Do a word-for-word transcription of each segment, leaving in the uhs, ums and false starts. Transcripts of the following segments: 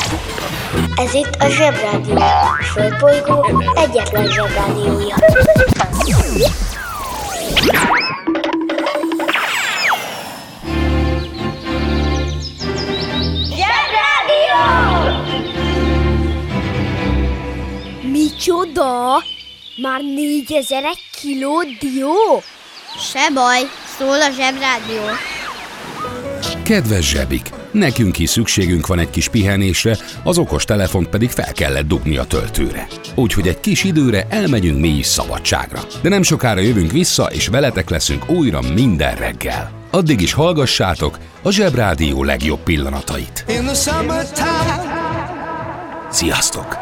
Ez itt a Zsebrádió, a Földbolygó egyetlen Zsebrádiója. Zsebrádió! Micsoda? Már négyezer kiló dió? Se baj, szól a Zsebrádió. Kedves zsebik, nekünk is szükségünk van egy kis pihenésre, az okos telefont pedig fel kellett dugni a töltőre. Úgyhogy egy kis időre elmegyünk mi is szabadságra. De nem sokára jövünk vissza, és veletek leszünk újra minden reggel. Addig is hallgassátok a Zsebrádió legjobb pillanatait. Sziasztok!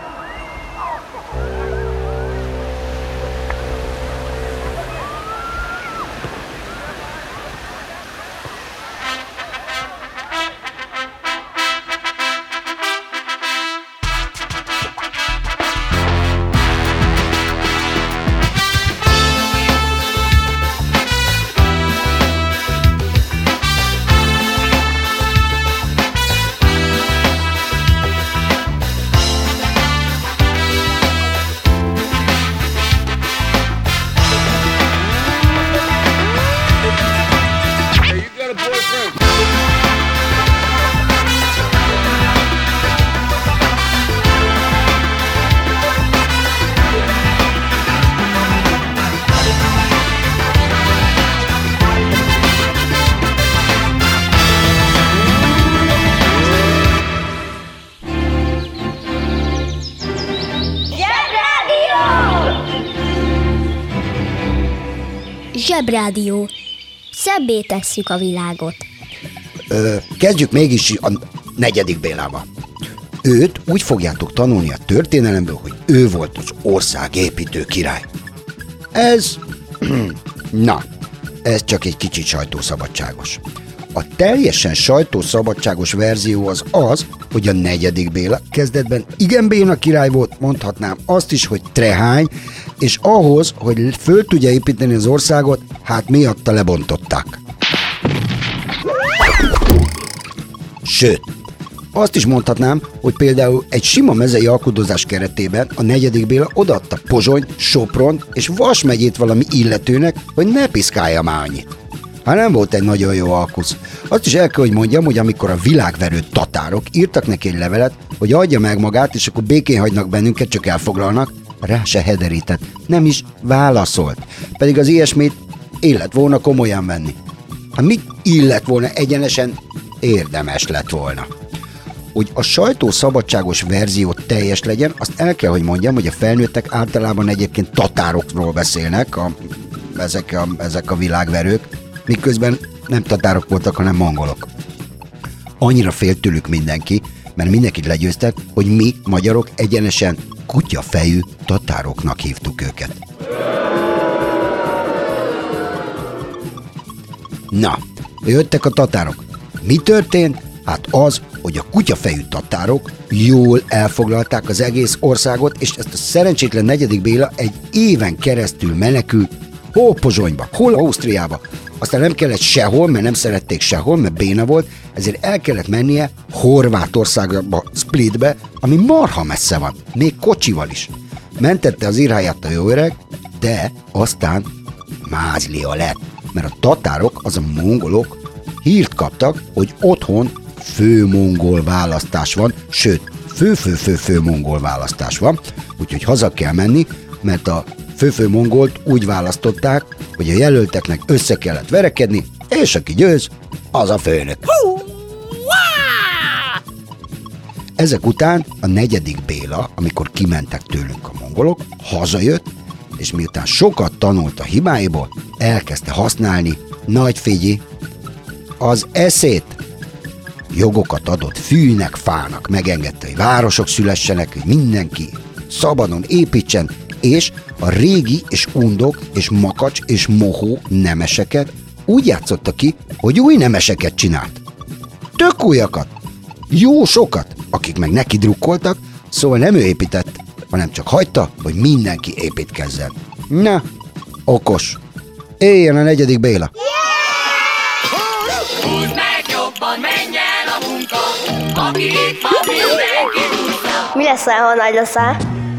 Zsebrádió. Szebbé tesszük a világot. Ö, kezdjük mégis a negyedik Bélával. Őt úgy fogjátok tanulni a történelemből, hogy ő volt az ország építő király. Ez... Na, ez csak egy kicsit sajtószabadságos. A teljesen sajtószabadságos verzió az az, hogy a negyedik Béla kezdetben igen béna király volt, mondhatnám azt is, hogy trehány, és ahhoz, hogy föl tudja építeni az országot, hát miatta lebontották. Sőt, azt is mondhatnám, hogy például egy sima mezei alkudozás keretében a negyedik Béla odaadta Pozsony, Sopron és Vas megyét valami illetőnek, hogy ne piszkálja már annyit. Hát nem volt egy nagyon jó alkusz. Azt is el kell, hogy mondjam, hogy amikor a világverő tatárok írtak neki egy levelet, hogy adja meg magát, és akkor békén hagynak bennünket, csak elfoglalnak, rá se hederített, nem is válaszolt. Pedig az ilyesmit illet volna komolyan venni. Hát mit illet volna egyenesen? Érdemes lett volna. Hogy a sajtószabadságos verzió teljes legyen, azt el kell, hogy mondjam, hogy a felnőttek általában egyébként tatárokról beszélnek, a, ezek, a, ezek a világverők, miközben nem tatárok voltak, hanem mongolok. Annyira félt tőlük mindenki, mert mindenkit legyőztek, hogy mi, magyarok, egyenesen kutyafejű tatároknak hívtuk őket. Na, jöttek a tatárok. Mi történt? Hát az, hogy a kutyafejű tatárok jól elfoglalták az egész országot, és ezt a szerencsétlen negyedik Béla egy éven keresztül menekült, hol Pozsonyba, hol Ausztriába. Aztán nem kellett sehol, mert nem szerették sehol, mert béna volt, ezért el kellett mennie Horvátországba, Splitbe, ami marha messze van, még kocsival is. Mentette az írháját a jó öreg, de aztán mázlia lett, mert a tatárok, az a mongolok hírt kaptak, hogy otthon fő-mongol választás van, sőt, fő-fő-fő-fő mongol választás van, úgyhogy haza kell menni, mert a fő-fő mongolt úgy választották, hogy a jelölteknek össze kellett verekedni, és aki győz, az a főnök. Ezek után a negyedik Béla, amikor kimentek tőlünk a mongolok, hazajött, és miután sokat tanult a hibáiból, elkezdte használni, nagy figyi, az eszét. Jogokat adott fűnek, fának, megengedte, hogy városok szülessenek, hogy mindenki szabadon építsen, és a régi és undok és makacs és mohó nemeseket úgy játszotta ki, hogy új nemeseket csinált. Tök újakat, jó sokat, akik meg neki drukkoltak, szóval nem ő épített, hanem csak hagyta, hogy mindenki építkezzen. Na, okos. Éljen a negyedik Béla! Húzd meg jobban! Abban menjen a munka, aki itt van, mindenki tudja. Mi leszel, ha nagy leszel?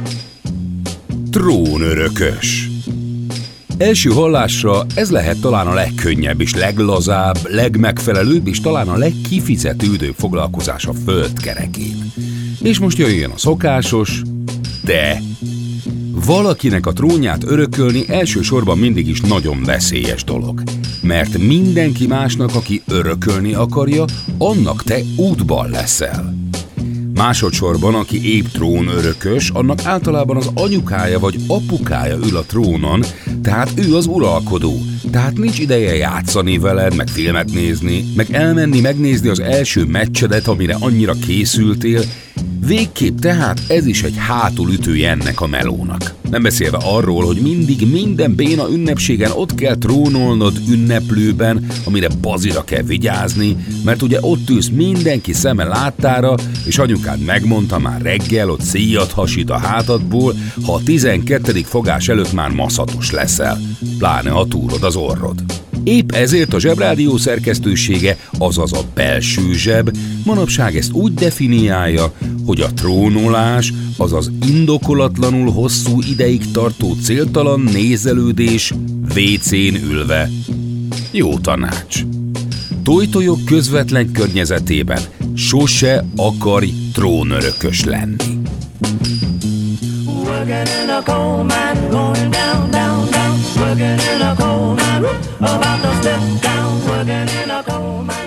Trónörökös. Első hallásra ez lehet talán a legkönnyebb és leglazább, legmegfelelőbb és talán a legkifizetődőbb foglalkozás a földkerekén. És most jöjjön a szokásos, de valakinek a trónját örökölni elsősorban mindig is nagyon veszélyes dolog. Mert mindenki másnak, aki örökölni akarja, annak te útban leszel. Másodszorban, aki épp trónörökös, annak általában az anyukája vagy apukája ül a trónon, tehát ő az uralkodó. Tehát nincs ideje játszani veled, meg filmet nézni, meg elmenni megnézni az első meccsedet, amire annyira készültél. Végképp tehát ez is egy hátulütője ennek a melónak. Nem beszélve arról, hogy mindig minden béna ünnepségen ott kell trónolnod ünneplőben, amire bazira kell vigyázni, mert ugye ott ülsz mindenki szeme láttára, és anyukád megmondta már reggel, ott szíjat hasít a hátadból, ha a tizenkettedik fogás előtt már maszatos leszel, pláne ha túrod az orrod. Épp ezért a Zsebrádió szerkesztősége, azaz a belső zseb, manapság ezt úgy definiálja, hogy a trónolás, azaz indokolatlanul hosszú ideig tartó céltalan nézelődés vécén ülve. Jó tanács. Tojtojok közvetlen környezetében sose akarj trónörökös lenni. Working in a coal mine, going down, down, down. Working in a coal mine, about to step down. Working in a coal mine.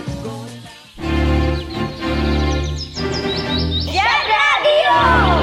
Zsebrádió!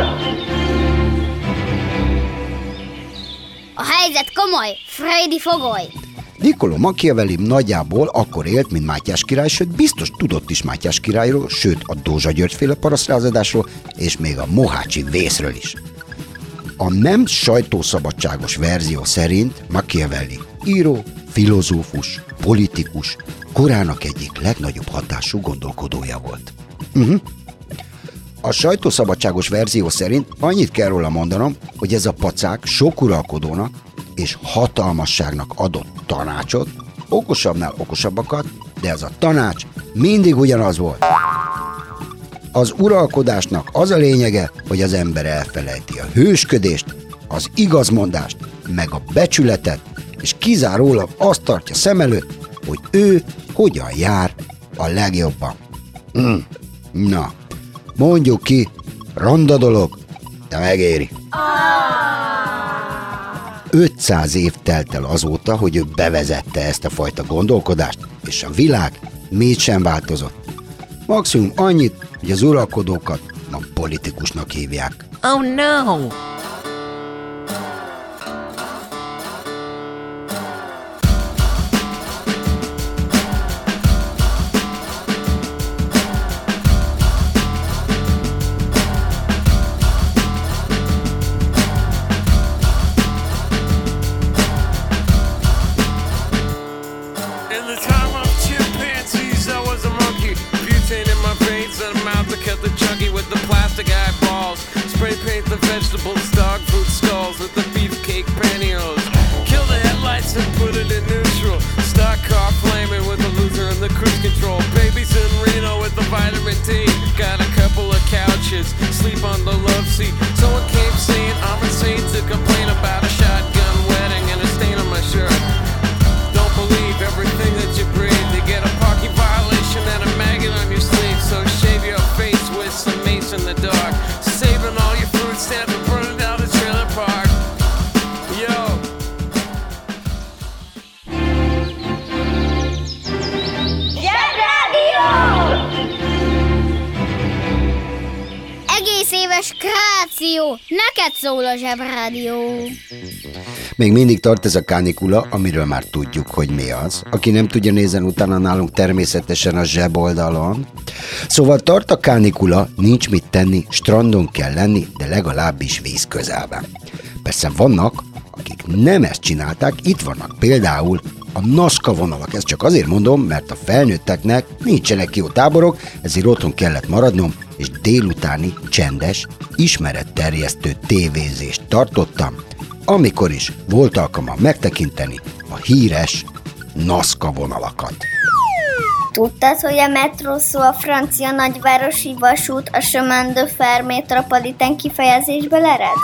A helyzet komoly, Freddy fogoly! Niccolò Machiavelli nagyjából akkor élt, mint Mátyás király, sőt biztos tudott is Mátyás királyról, sőt a Dózsa György-féle parasztlázadásról, és még a mohácsi vészről is. A nem sajtószabadságos verzió szerint Machiavelli író, filozófus, politikus, korának egyik legnagyobb hatású gondolkodója volt. Uh-huh. A sajtószabadságos verzió szerint annyit kell róla mondanom, hogy ez a pacák sok uralkodónak és hatalmasságnak adott tanácsot, okosabbnál okosabbakat, de ez a tanács mindig ugyanaz volt. Az uralkodásnak az a lényege, hogy az ember elfelejti a hősködést, az igazmondást, meg a becsületet, és kizárólag azt tartja szem előtt, hogy ő hogyan jár a legjobban. Mm. Na, mondjuk ki, ronda dolog, de megéri. ötszáz év telt el azóta, hogy ő bevezette ezt a fajta gondolkodást, és a világ mit sem változott. Maximum annyit, hogy az uralkodókat ma politikusnak hívják. Oh no! Vegetables, dog food stalls with the beefcake pantyhose. Kill the headlights and put it in neutral. Stock car flaming with the loser and the cruise control. Babies in Reno with the vitamin D. Got a couple of couches, sleep on the love seat. Someone came saying I'm insane to complain about a shotgun wedding and a stain on my shirt. Don't believe everything that you breathe. You get a parking violation and a maggot on your sleeve. So shave your face with some mace in the dark. Saving all your food stamps and burning down the trailer park. Yo. Zsebrádió! Egész éves kráció! Neked szól a Zsebrádió! Még mindig tart ez a kánikula, amiről már tudjuk, hogy mi az. Aki nem tudja, nézzen utána nálunk természetesen a zseb oldalon. Szóval tart a kánikula, nincs mit tenni, strandon kell lenni, de legalábbis víz közelben. Persze vannak, akik nem ezt csinálták, itt vannak például a Nazca vonalak. Ezt csak azért mondom, mert a felnőtteknek nincsenek jó táborok, ezért otthon kellett maradnom, és délutáni, csendes, ismeretterjesztő tévézést tartottam, amikor is volt alkalmam megtekinteni a híres Nazca vonalakat. Tudtad, hogy a metró szó a francia nagyvárosi vasút, a chemin de fer métropolitán kifejezésből ered?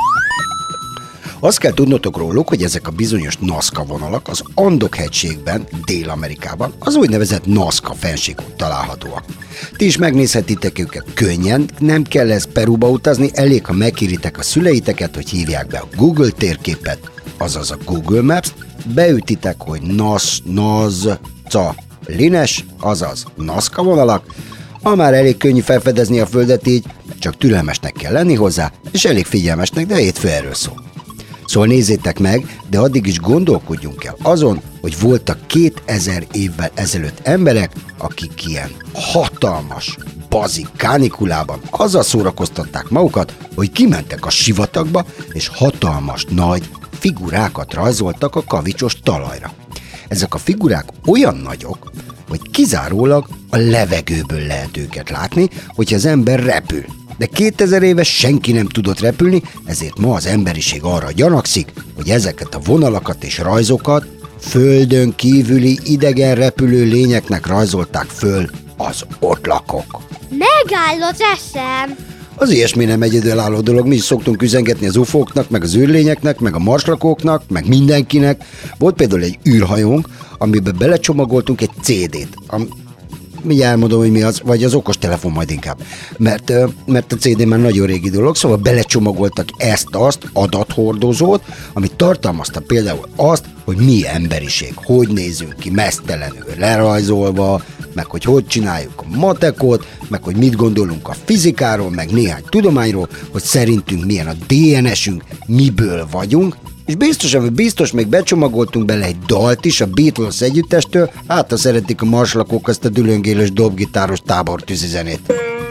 Azt kell tudnotok róluk, hogy ezek a bizonyos Nazca vonalak az Andok-hegységben, Dél-Amerikában az úgynevezett Nazca fennsíkon találhatóak. Ti is megnézhetitek őket könnyen, nem kell ez Peruba utazni, elég, ha megkéritek a szüleiteket, hogy hívják be a Google térképet, azaz a Google Maps, beütitek, hogy Naz, Naz, Ca, Lines, azaz Nazca vonalak, ha már elég könnyű felfedezni a földet így, csak türelmesnek kell lenni hozzá, és elég figyelmesnek, de hétfő erről szól. Szóval nézzétek meg, de addig is gondolkodjunk el azon, hogy voltak kétezer évvel ezelőtt emberek, akik ilyen hatalmas, bazik kánikulában azzal szórakoztatták magukat, hogy kimentek a sivatagba, és hatalmas, nagy figurákat rajzoltak a kavicsos talajra. Ezek a figurák olyan nagyok, hogy kizárólag a levegőből lehet őket látni, hogyha az ember repül. De kétezer éve senki nem tudott repülni, ezért ma az emberiség arra gyanakszik, hogy ezeket a vonalakat és rajzokat földön kívüli idegen repülő lényeknek rajzolták föl az ott lakók. Megáll az eszem! Az ilyesmi nem egyedülálló dolog, mi is szoktunk üzengetni az ufóknak, meg az űrlényeknek, meg a marslakóknak, meg mindenkinek. Volt például egy űrhajónk, amiben belecsomagoltunk egy cé dét, am- mindjárt elmondom, hogy mi az, vagy az okostelefon majd inkább. Mert, mert a cé dé már nagyon régi dolog, szóval belecsomagoltak ezt-azt, adathordozót, ami tartalmazta például azt, hogy mi emberiség, hogy nézünk ki meztelenül lerajzolva, meg hogy hogy csináljuk a matekot, meg hogy mit gondolunk a fizikáról, meg néhány tudományról, hogy szerintünk milyen a dé en esünk, miből vagyunk, és biztos, hogy biztos még becsomagoltunk bele egy dalt is a Beatles együttestől, hát ha szeretik a marslakók azt a dülöngélős dobgitáros tábortűzi zenét.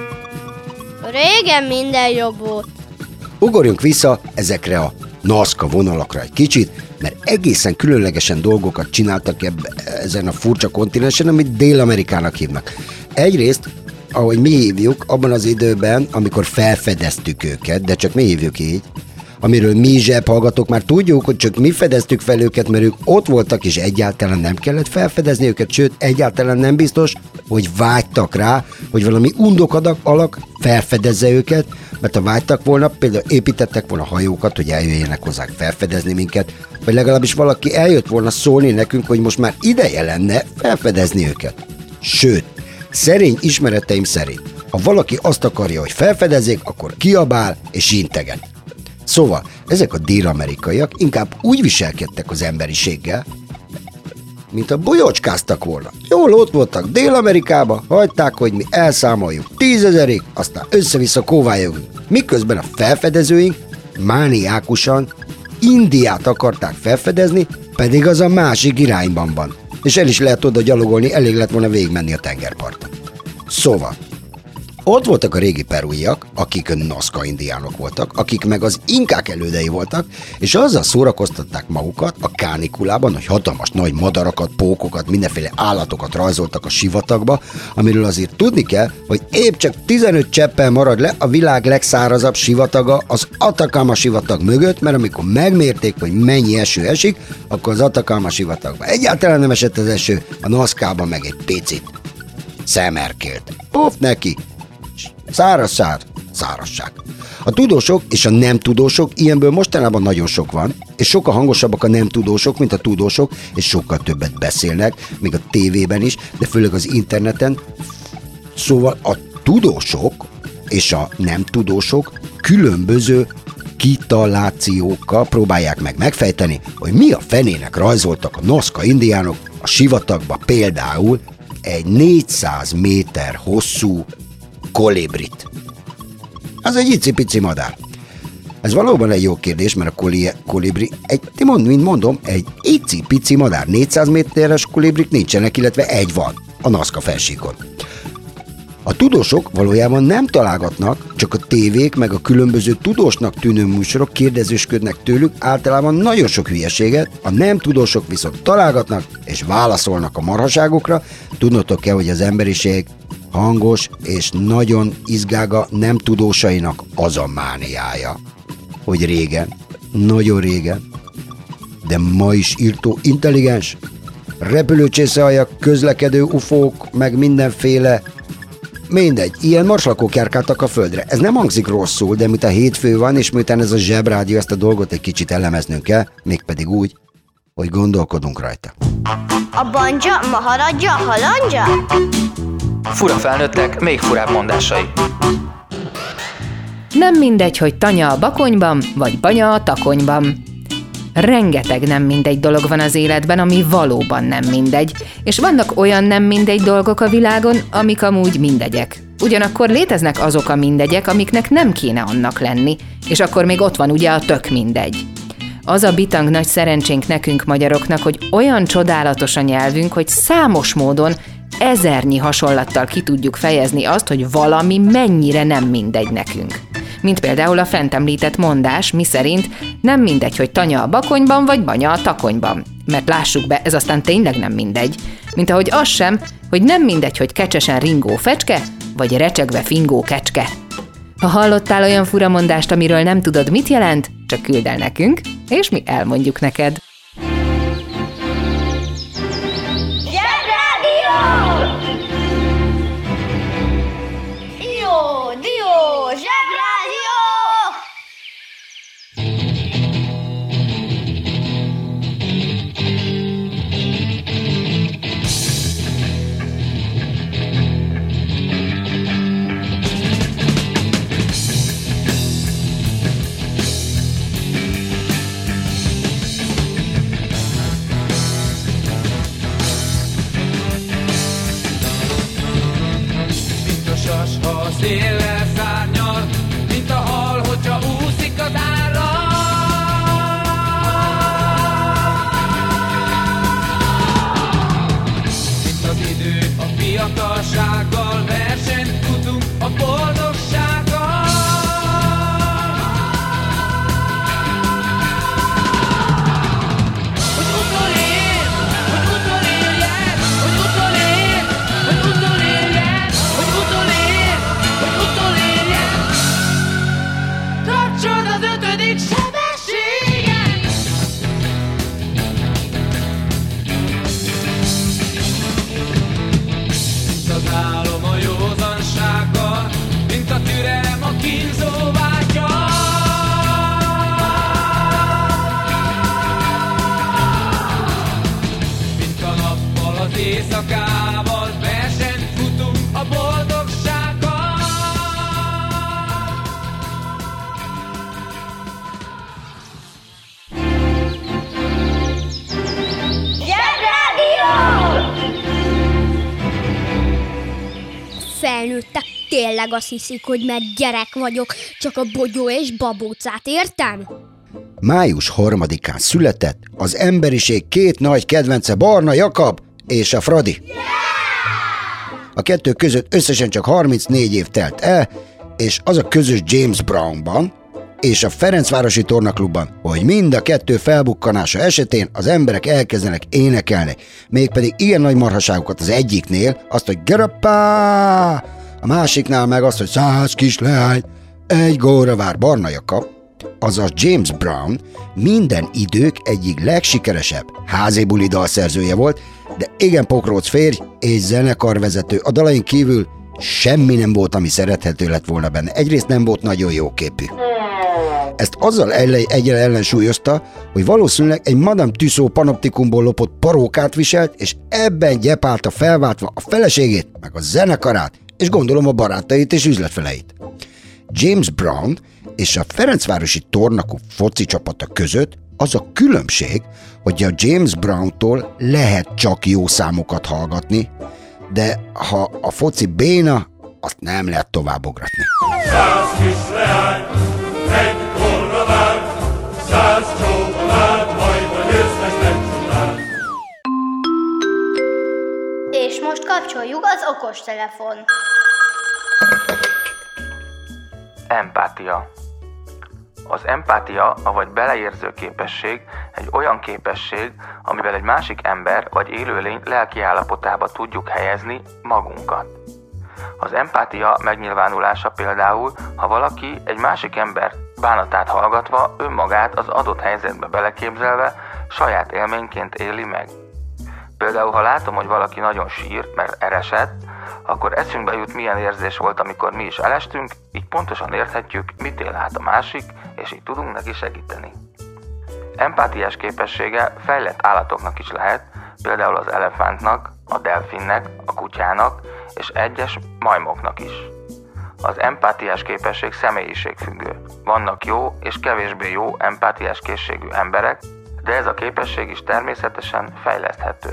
Régen minden jobb volt. Ugorjunk vissza ezekre a Nazca vonalakra egy kicsit, mert egészen különlegesen dolgokat csináltak ebbe, ezen a furcsa kontinensen, amit Dél-Amerikának hívnak. Egyrészt, ahogy mi hívjuk, abban az időben, amikor felfedeztük őket, de csak mi hívjuk így, amiről mi zsebhallgatók már tudjuk, hogy csak mi fedeztük fel őket, mert ők ott voltak, és egyáltalán nem kellett felfedezni őket, sőt, egyáltalán nem biztos, hogy vágytak rá, hogy valami undok alak felfedezze őket, mert ha vágytak volna, például építettek volna hajókat, hogy eljöjjenek hozzánk felfedezni minket, vagy legalábbis valaki eljött volna szólni nekünk, hogy most már ideje lenne felfedezni őket. Sőt, szerény ismereteim szerint, ha valaki azt akarja, hogy felfedezzék, akkor kiabál és integet. Szóval, ezek a dél-amerikaiak inkább úgy viselkedtek az emberiséggel, mint a bolyócskáztak volna. Jól ott voltak Dél-Amerikába, hagyták, hogy mi elszámoljuk tízezerig, aztán össze-vissza kóvályogunk. Miközben a felfedezőink mániákusan Indiát akarták felfedezni, pedig az a másik irányban van. És el is lehet oda gyalogolni, elég lett volna végigmenni a tengerparton. Szóval, ott voltak a régi perúiak, akik Nazca indiánok voltak, akik meg az inkák elődei voltak, és azzal szórakoztatták magukat a kánikulában, hogy hatalmas nagy madarakat, pókokat, mindenféle állatokat rajzoltak a sivatagba, amiről azért tudni kell, hogy épp csak tizenöt cseppel marad le a világ legszárazabb sivataga az Atacama sivatag mögött, mert amikor megmérték, hogy mennyi eső esik, akkor az Atacama sivatagban egyáltalán nem esett az eső, a Nazcában meg egy picit szemerkélt. Puff neki! Szárazság, szárazság. A tudósok és a nem tudósok, ilyenből mostanában nagyon sok van, és sokkal hangosabbak a nem tudósok, mint a tudósok, és sokkal többet beszélnek, még a tévében is, de főleg az interneten. Szóval a tudósok és a nem tudósok különböző kitalációkkal próbálják meg megfejteni, hogy mi a fenének rajzoltak a Nazca indiánok a sivatagba például egy négyszáz méter hosszú kolibrit. Az egy icipici madár. Ez valóban egy jó kérdés, mert a koli- kolibri, egy, mond, mint mondom, egy icipici madár. négyszáz méteres kolibrik nincsenek, illetve egy van a Nazca fennsíkon. A tudósok valójában nem találgatnak, csak a tévék meg a különböző tudósnak tűnő műsorok kérdezősködnek tőlük általában nagyon sok hülyeséget, a nem tudósok viszont találgatnak és válaszolnak a marhaságokra. Tudnotok kell, hogy az emberiség hangos és nagyon izgága nem tudósainak az a mániája, hogy régen, nagyon régen, de ma is írtó intelligens, repülőcsészealjak, közlekedő ufók, meg mindenféle. Mindegy, ilyen marslakók járkáltak a földre. Ez nem hangzik rosszul, de miután hétfő van, és miután ez a Zsebrádió, ezt a dolgot egy kicsit elemeznünk kell, mégpedig úgy, hogy gondolkodunk rajta. A banja, maharadja, halandja? Fura felnőttek, még furább mondásai. Nem mindegy, hogy tanya a bakonyban, vagy banya a takonyban. Rengeteg nem mindegy dolog van az életben, ami valóban nem mindegy, és vannak olyan nem mindegy dolgok a világon, amik amúgy mindegyek. Ugyanakkor léteznek azok a mindegyek, amiknek nem kéne annak lenni, és akkor még ott van ugye a tök mindegy. Az a bitang nagy szerencsénk nekünk magyaroknak, hogy olyan csodálatos a nyelvünk, hogy számos módon ezernyi hasonlattal ki tudjuk fejezni azt, hogy valami mennyire nem mindegy nekünk. Mint például a fent említett mondás, miszerint nem mindegy, hogy tanya a bakonyban, vagy banya a takonyban. Mert lássuk be, ez aztán tényleg nem mindegy. Mint ahogy az sem, hogy nem mindegy, hogy kecsesen ringó fecske, vagy recsegve fingó kecske. Ha hallottál olyan furamondást, amiről nem tudod, mit jelent, csak küld el nekünk, és mi elmondjuk neked. Zsebrádió! Jó, dió, Zsebrádió! Ha a széllel szárnyal, mint a hal, hogyha úszik az ára. Mint az idő a fiatalsággal, versenyt futunk a boldogsággal. Hogy utolér, hogy utolérjen, hogy utolér, hogy utolérjen, hogy utolér, hogy utolérjen. Tartsod az ötödik sebességet. Mint az álom a józansággal, mint a türelem a kínzó vágya. Mint a nappal az éjszakával, versenyt futunk a boldogsággal. Zsebrádió! Felnőttek tényleg azt hiszik, hogy mert gyerek vagyok, csak a bogyó és babócát értem? Május harmadikán született az emberiség két nagy kedvence, Barna Jakab és a Fradi. A kettő között összesen csak harmincnégy év telt el, és az a közös James Brownban és a Ferencvárosi Tornaklubban, hogy mind a kettő felbukkanása esetén az emberek elkezdenek énekelni, mégpedig ilyen nagy marhaságokat az egyiknél, azt, hogy gerapá, a másiknál meg azt, hogy száz kis leány, egy góra vár. Barna Jakab, azaz James Brown minden idők egyik legsikeresebb házibuli dalszerzője volt, de igen pokróc férj és zenekarvezető. A dalain kívül semmi nem volt, ami szerethető lett volna benne. Egyrészt nem volt nagyon jóképű. Ezt azzal egyre ellensúlyozta, hogy valószínűleg egy Madame Tussauds panoptikumból lopott parókát viselt, és ebben gyepálta felváltva a feleségét, meg a zenekarát, és gondolom a barátait és üzletfeleit. James Brown és a Ferencvárosi Tornaklub foci csapata között az a különbség, hogy a James Browntól lehet csak jó számokat hallgatni, de ha a foci béna, azt nem lehet továbbugratni. Száz kis leány, egy korra vár, száz csókolát, majd a győztes megcsodál. És most kapcsoljuk az okostelefon. Empátia. Az empátia, avagy beleérző képesség egy olyan képesség, amivel egy másik ember vagy élőlény lelki állapotába tudjuk helyezni magunkat. Az empátia megnyilvánulása például, ha valaki egy másik ember bánatát hallgatva önmagát az adott helyzetbe beleképzelve saját élményként éli meg. Például, ha látom, hogy valaki nagyon sír, mert elesett, akkor eszünkbe jut, milyen érzés volt, amikor mi is elestünk, így pontosan érthetjük, mit él át a másik, és így tudunk neki segíteni. Empátiás képessége fejlett állatoknak is lehet, például az elefántnak, a delfinnek, a kutyának és egyes majmoknak is. Az empátiás képesség személyiségfüggő. Vannak jó és kevésbé jó empátiás készségű emberek, de ez a képesség is természetesen fejleszthető.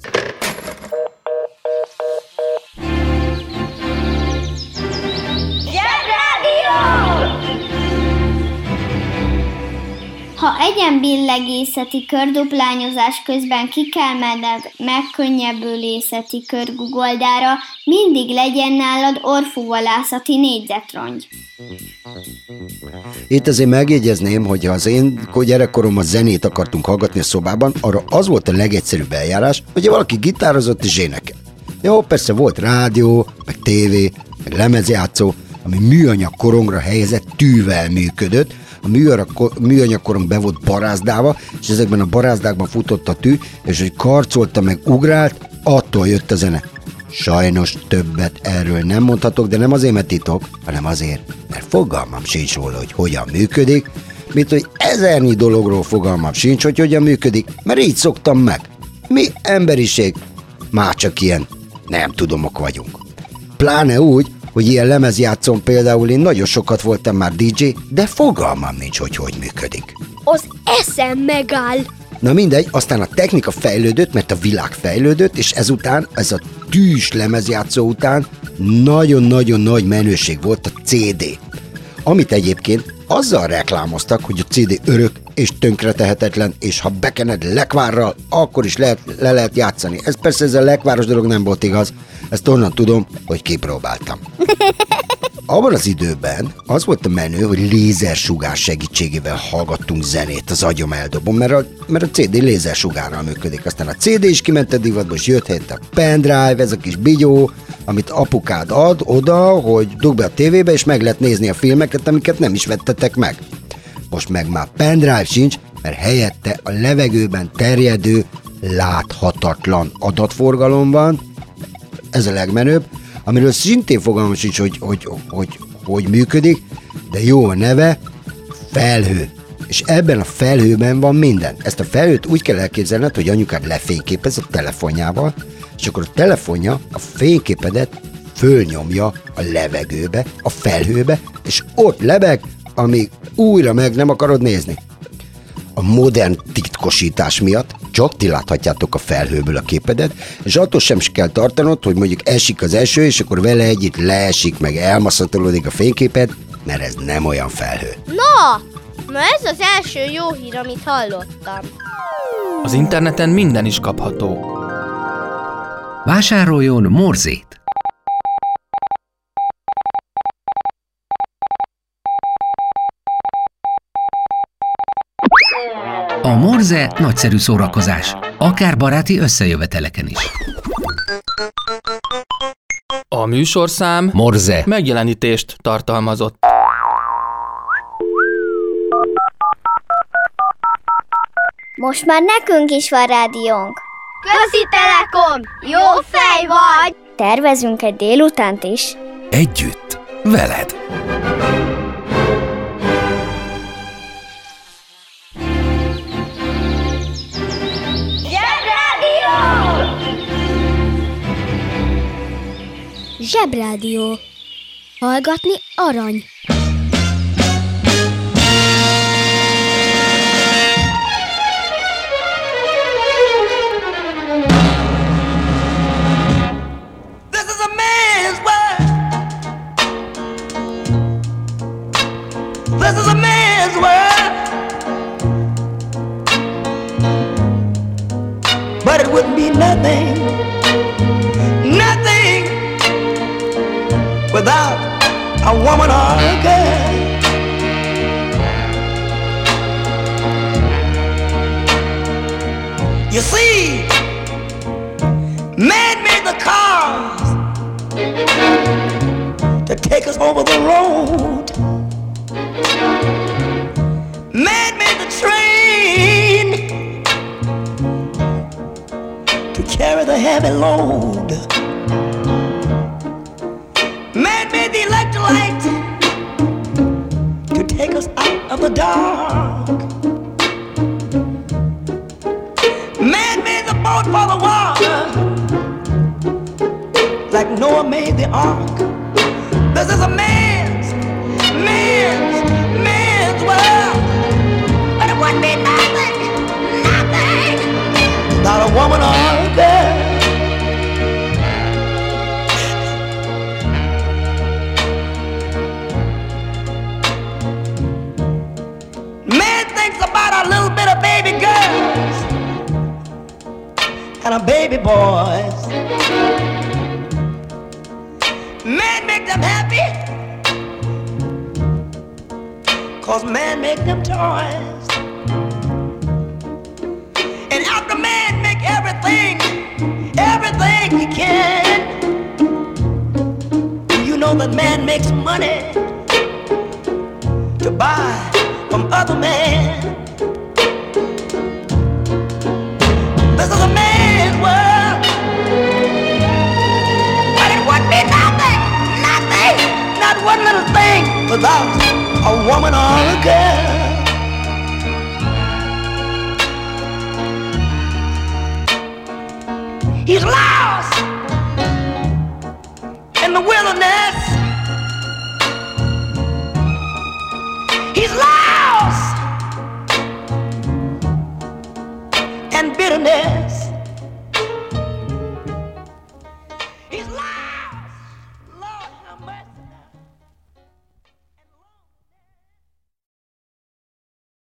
Ha egyenbillegészeti körduplányozás közben ki kell menned megkönnyebbülészeti körgugoldára, mindig legyen nálad orfúvalászati négyzetrongy. Itt azért megjegyezném, hogy ha az én gyerekkoromban zenét akartunk hallgatni a szobában, arra az volt a legegyszerűbb eljárás, hogy valaki gitározott és énekel. Jó, persze volt rádió, meg tévé, meg lemezjátszó, ami műanyag korongra helyezett tűvel működött. A műanyag korong be volt barázdálva, és ezekben a barázdákban futott a tű, és hogy karcolta meg ugrált, attól jött a zene. Sajnos többet erről nem mondhatok, de nem azért, mert titok, hanem azért, mert fogalmam sincs róla, hogy hogyan működik, mint hogy ezernyi dologról fogalmam sincs, hogy hogyan működik, mert így szoktam meg. Mi emberiség, már csak ilyen nem tudomok vagyunk. Pláne úgy, hogy ilyen lemezjátszón például én nagyon sokat voltam már dé dzsé, de fogalmam nincs, hogy hogy működik. Az eszem megáll! Na mindegy, aztán a technika fejlődött, mert a világ fejlődött, és ezután, ez a tűs lemezjátszó után nagyon-nagyon nagy menőség volt a cé dé. Amit egyébként azzal reklámoztak, hogy a cé dé örök és tönkretehetetlen, és ha bekened lekvárral, akkor is lehet, le lehet játszani. Ez persze ez a lekváros dolog nem volt igaz, ezt onnan tudom, hogy kipróbáltam. Abban az időben az volt a menő, hogy lézersugár segítségével hallgattunk zenét az agyom eldobom, mert a, mert a cé dé lézersugárral működik. Aztán a cé dé is kiment a divatba, és jött helyett a pendrive, ez a kis bigyó, amit apukád ad oda, hogy dugd be a tévébe, és meg lehet nézni a filmeket, amiket nem is vettetek meg. Most meg már pendrive sincs, mert helyette a levegőben terjedő, láthatatlan adatforgalom van, ez a legmenőbb, amiről szintén fogalmam sincs, hogy hogy, hogy hogy működik, de jó a neve, felhő. És ebben a felhőben van minden. Ezt a felhőt úgy kell elképzelned, hogy anyukád lefényképez a telefonjával, és akkor a telefonja a fényképedet fölnyomja a levegőbe, a felhőbe, és ott lebeg, amíg újra meg nem akarod nézni. A modern titkosítás miatt csak ti láthatjátok a felhőből a képedet, és attól sem kell tartanod, hogy mondjuk esik az eső, és akkor vele együtt leesik, meg elmaszatolódik a fényképed, mert ez nem olyan felhő. Na, na ez az első jó hír, amit hallottam. Az interneten minden is kapható. Vásároljon Morzét! A Morze nagyszerű szórakozás, akár baráti összejöveteleken is. A műsorszám Morze megjelenítést tartalmazott. Most már nekünk is van rádiónk. Köszi Telekom! Jó fej vagy! Tervezünk egy délutánt is. Együtt, veled! Zsebrádió. Hallgatni arany. This is a man's world. This is a man's world. But it wouldn't be nothing, nothing without a woman or a girl. You see, man made the cars to take us over the road. Man made the train to heavy load. Man made the electrolyte to take us out of the dark. Man made the boat for the water, like Noah made the ark. This is a man's, man's, man's world. But it wouldn't be nothing, nothing, not a woman or a girl. Man thinks about a little bit of baby girls and a baby boys. Man make them happy, cause man make them toys. And after man make everything, everything he can, you know that man makes money to buy from other men. This is a man's world, but it would be nothing, nothing, not one little thing without a woman or a girl. He's lost in the wilderness. He's lost in bitterness.